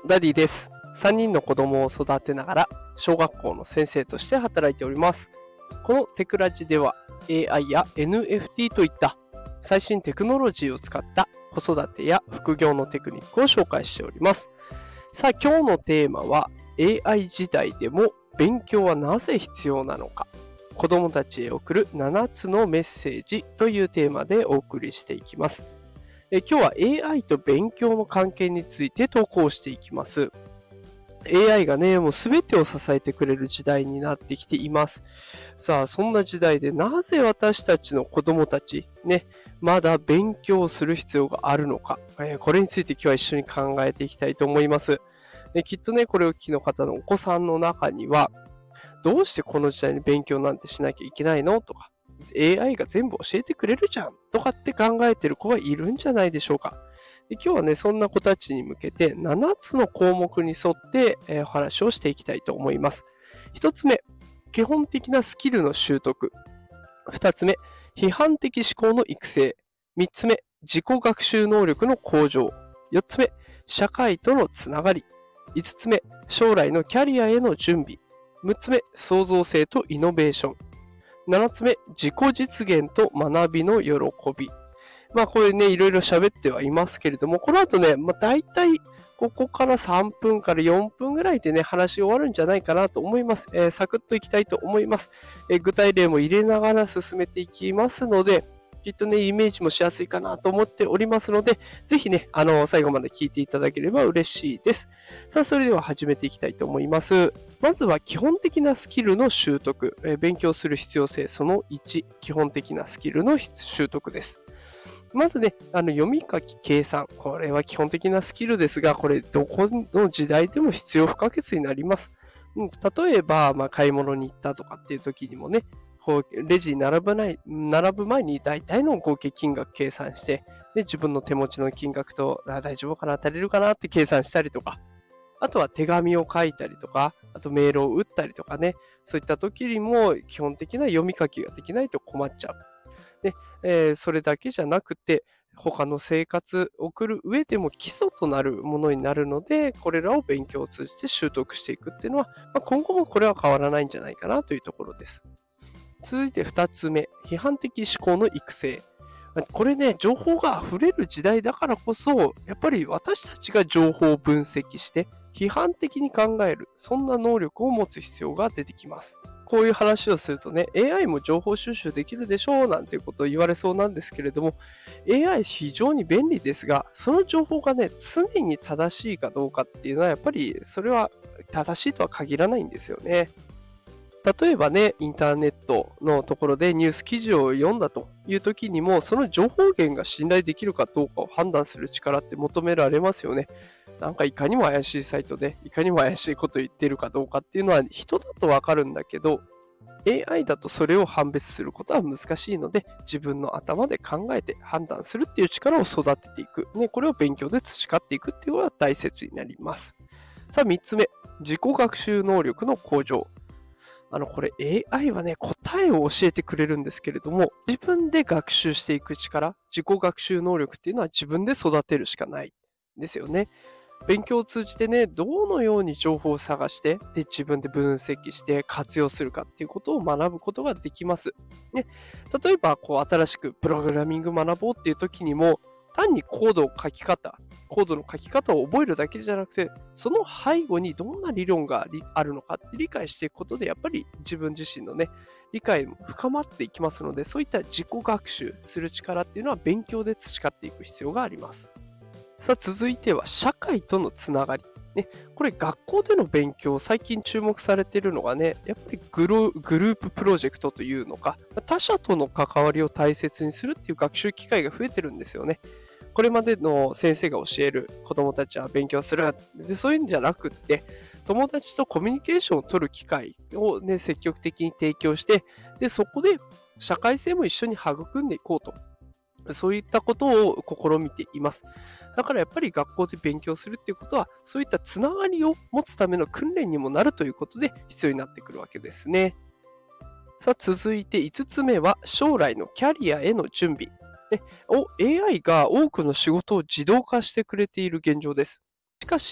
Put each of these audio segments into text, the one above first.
ダディです。3人の子供を育てながら小学校の先生として働いております。このテクラジでは AI や NFT といった最新テクノロジーを使った子育てや副業のテクニックを紹介しております。さあ今日のテーマは AI 時代でも勉強はなぜ必要なのか、子供たちへ送る7つのメッセージというテーマでお送りしていきます。今日は AI と勉強の関係について投稿していきます。AI がね、もう全てを支えてくれる時代になってきています。さあ、そんな時代でなぜ私たちの子供たち、ね、まだ勉強する必要があるのか、これについて今日は一緒に考えていきたいと思います。きっとね、これを聞きの方のお子さんの中には、どうしてこの時代に勉強なんてしなきゃいけないのとか、AI が全部教えてくれるじゃんとかって考えてる子がいるんじゃないでしょうか。で今日はね、そんな子たちに向けて7つの項目に沿って、お話をしていきたいと思います。1つ目、基本的なスキルの習得。2つ目、批判的思考の育成。3つ目、自己学習能力の向上。4つ目、社会とのつながり。5つ目、将来のキャリアへの準備。6つ目、創造性とイノベーション。7つ目、自己実現と学びの喜び。これね、いろいろ喋ってはいますけれども、この後ね、大体ここから3分から4分ぐらいでね、話終わるんじゃないかなと思います。サクッといきたいと思います。具体例も入れながら進めていきますので、きっとね、イメージもしやすいかなと思っておりますので、ぜひね、最後まで聞いていただければ嬉しいです。さあ、それでは始めていきたいと思います。まずは基本的なスキルの習得。勉強する必要性その1、基本的なスキルの習得です。まずね、読み書き計算。これは基本的なスキルですが、これどこの時代でも必要不可欠になります。例えば、買い物に行ったとかっていう時にもね、レジに並ぶ前に大体の合計金額計算して、で自分の手持ちの金額と大丈夫かな、足りるかなって計算したりとか、あとは手紙を書いたりとか、あとメールを打ったりとかね、そういった時にも基本的な読み書きができないと困っちゃう。で、それだけじゃなくて、他の生活を送る上でも基礎となるものになるので、これらを勉強を通じて習得していくっていうのは、今後もこれは変わらないんじゃないかなというところです。続いて2つ目、批判的思考の育成。これね、情報が溢れる時代だからこそ、やっぱり私たちが情報を分析して、批判的に考える、そんな能力を持つ必要が出てきます。こういう話をするとね、AI も情報収集できるでしょうなんていうことを言われそうなんですけれども、AI 非常に便利ですが、その情報がね、常に正しいかどうかっていうのは、やっぱりそれは正しいとは限らないんですよね。例えばね、インターネットのところでニュース記事を読んだという時にも、その情報源が信頼できるかどうかを判断する力って求められますよね。なんかいかにも怪しいサイトで、いかにも怪しいこと言っているかどうかっていうのは人だとわかるんだけど、AI だとそれを判別することは難しいので、自分の頭で考えて判断するっていう力を育てていく。ね、これを勉強で培っていくっていうのが大切になります。さあ3つ目、自己学習能力の向上。これ AI はね、答えを教えてくれるんですけれども、自分で学習していく力、自己学習能力っていうのは自分で育てるしかないんですよね。勉強を通じてね、どのように情報を探して、で、自分で分析して活用するかっていうことを学ぶことができます。ね、例えば、新しくプログラミング学ぼうっていう時にも、単にコードの書き方を覚えるだけじゃなくて、その背後にどんな理論があるのかって理解していくことで、やっぱり自分自身のね、理解も深まっていきますので、そういった自己学習する力っていうのは勉強で培っていく必要があります。さあ続いては社会とのつながり。ね、これ学校での勉強、最近注目されているのがね、やっぱりグループプロジェクトというのか、他者との関わりを大切にするっていう学習機会が増えてるんですよね。これまでの先生が教える子どもたちは勉強するで、そういうんじゃなくって、友達とコミュニケーションを取る機会を、ね、積極的に提供して、でそこで社会性も一緒に育んでいこうと。そういったことを試みています。だからやっぱり学校で勉強するっていうことは、そういったつながりを持つための訓練にもなるということで必要になってくるわけですね。さあ続いて5つ目は将来のキャリアへの準備。AI が多くの仕事を自動化してくれている現状です。しかし、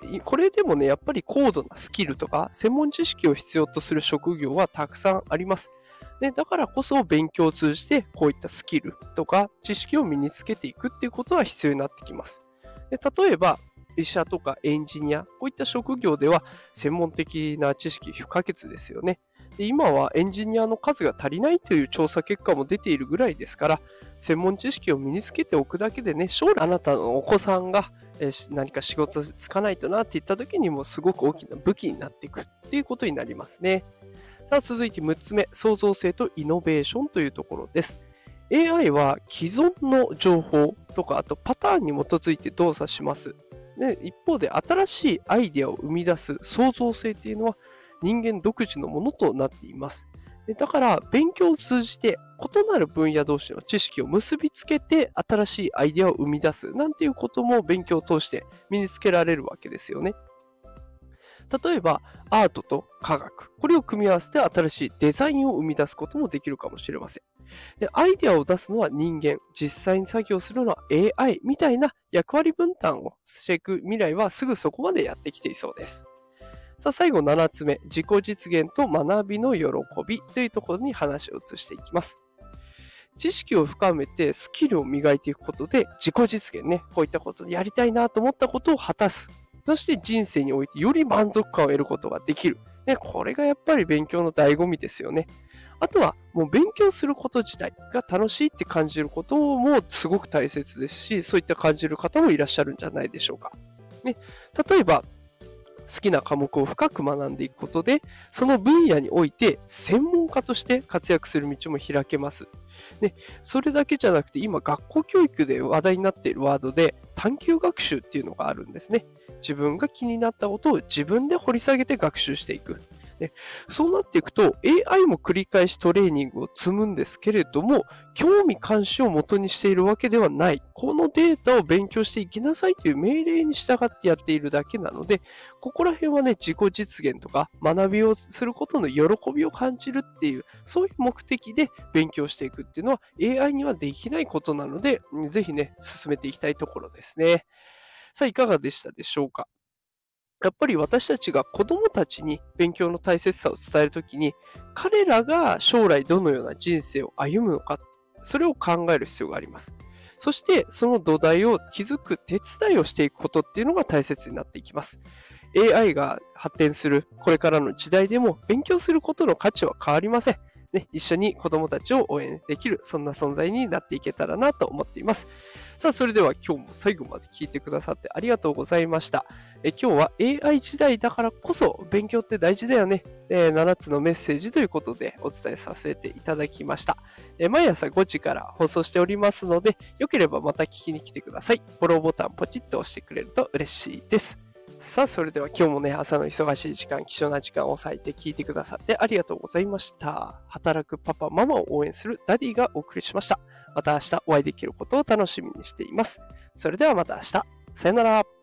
これでもね、やっぱり高度なスキルとか専門知識を必要とする職業はたくさんあります。で、だからこそ勉強を通じてこういったスキルとか知識を身につけていくっていうことは必要になってきます。で、例えば医者とかエンジニア、こういった職業では専門的な知識不可欠ですよね。で、今はエンジニアの数が足りないという調査結果も出ているぐらいですから、専門知識を身につけておくだけでね、将来あなたのお子さんが何か仕事つかないとなっていった時にもすごく大きな武器になっていくっていうことになりますね。さあ続いて6つ目、創造性とイノベーションというところです。AI は既存の情報とかあとパターンに基づいて動作します。で、一方で新しいアイデアを生み出す創造性っていうのは人間独自のものとなっています。で、だから勉強を通じて異なる分野同士の知識を結びつけて新しいアイデアを生み出すなんていうことも勉強を通して身につけられるわけですよね。例えばアートと科学、これを組み合わせて新しいデザインを生み出すこともできるかもしれません。で、アイデアを出すのは人間、実際に作業するのは AI みたいな役割分担をしていく未来はすぐそこまでやってきていそうです。さあ最後7つ目、自己実現と学びの喜びというところに話を移していきます。知識を深めてスキルを磨いていくことで自己実現ね、こういったことでやりたいなと思ったことを果たす。そして人生においてより満足感を得ることができる。ね、これがやっぱり勉強の醍醐味ですよね。あとはもう勉強すること自体が楽しいって感じることもすごく大切ですし、そういった感じる方もいらっしゃるんじゃないでしょうか。ね、例えば好きな科目を深く学んでいくことで、その分野において専門家として活躍する道も開けます。で、それだけじゃなくて今学校教育で話題になっているワードで探究学習っていうのがあるんですね。自分が気になったことを自分で掘り下げて学習していく。で、そうなっていくと AI も繰り返しトレーニングを積むんですけれども、興味関心を元にしているわけではない。このデータを勉強していきなさいという命令に従ってやっているだけなので、ここら辺はね、自己実現とか学びをすることの喜びを感じるっていう、そういう目的で勉強していくっていうのは AI にはできないことなので、ぜひね、進めていきたいところですね。さあ、いかがでしたでしょうか。やっぱり私たちが子供たちに勉強の大切さを伝えるときに、彼らが将来どのような人生を歩むのか、それを考える必要があります。そして、その土台を築く手伝いをしていくことっていうのが大切になっていきます。AI が発展するこれからの時代でも勉強することの価値は変わりません。ね、一緒に子供たちを応援できる、そんな存在になっていけたらなと思っています。さあ、それでは今日も最後まで聞いてくださってありがとうございました。今日は AI 時代だからこそ勉強って大事だよね。7つのメッセージということでお伝えさせていただきました。毎朝5時から放送しておりますので、よければまた聞きに来てください。フォローボタンポチッと押してくれると嬉しいです。さあ、それでは今日もね、朝の忙しい時間、貴重な時間を割いて聞いてくださってありがとうございました。働くパパ、ママを応援するダディがお送りしました。また明日お会いできることを楽しみにしています。それではまた明日。さよなら。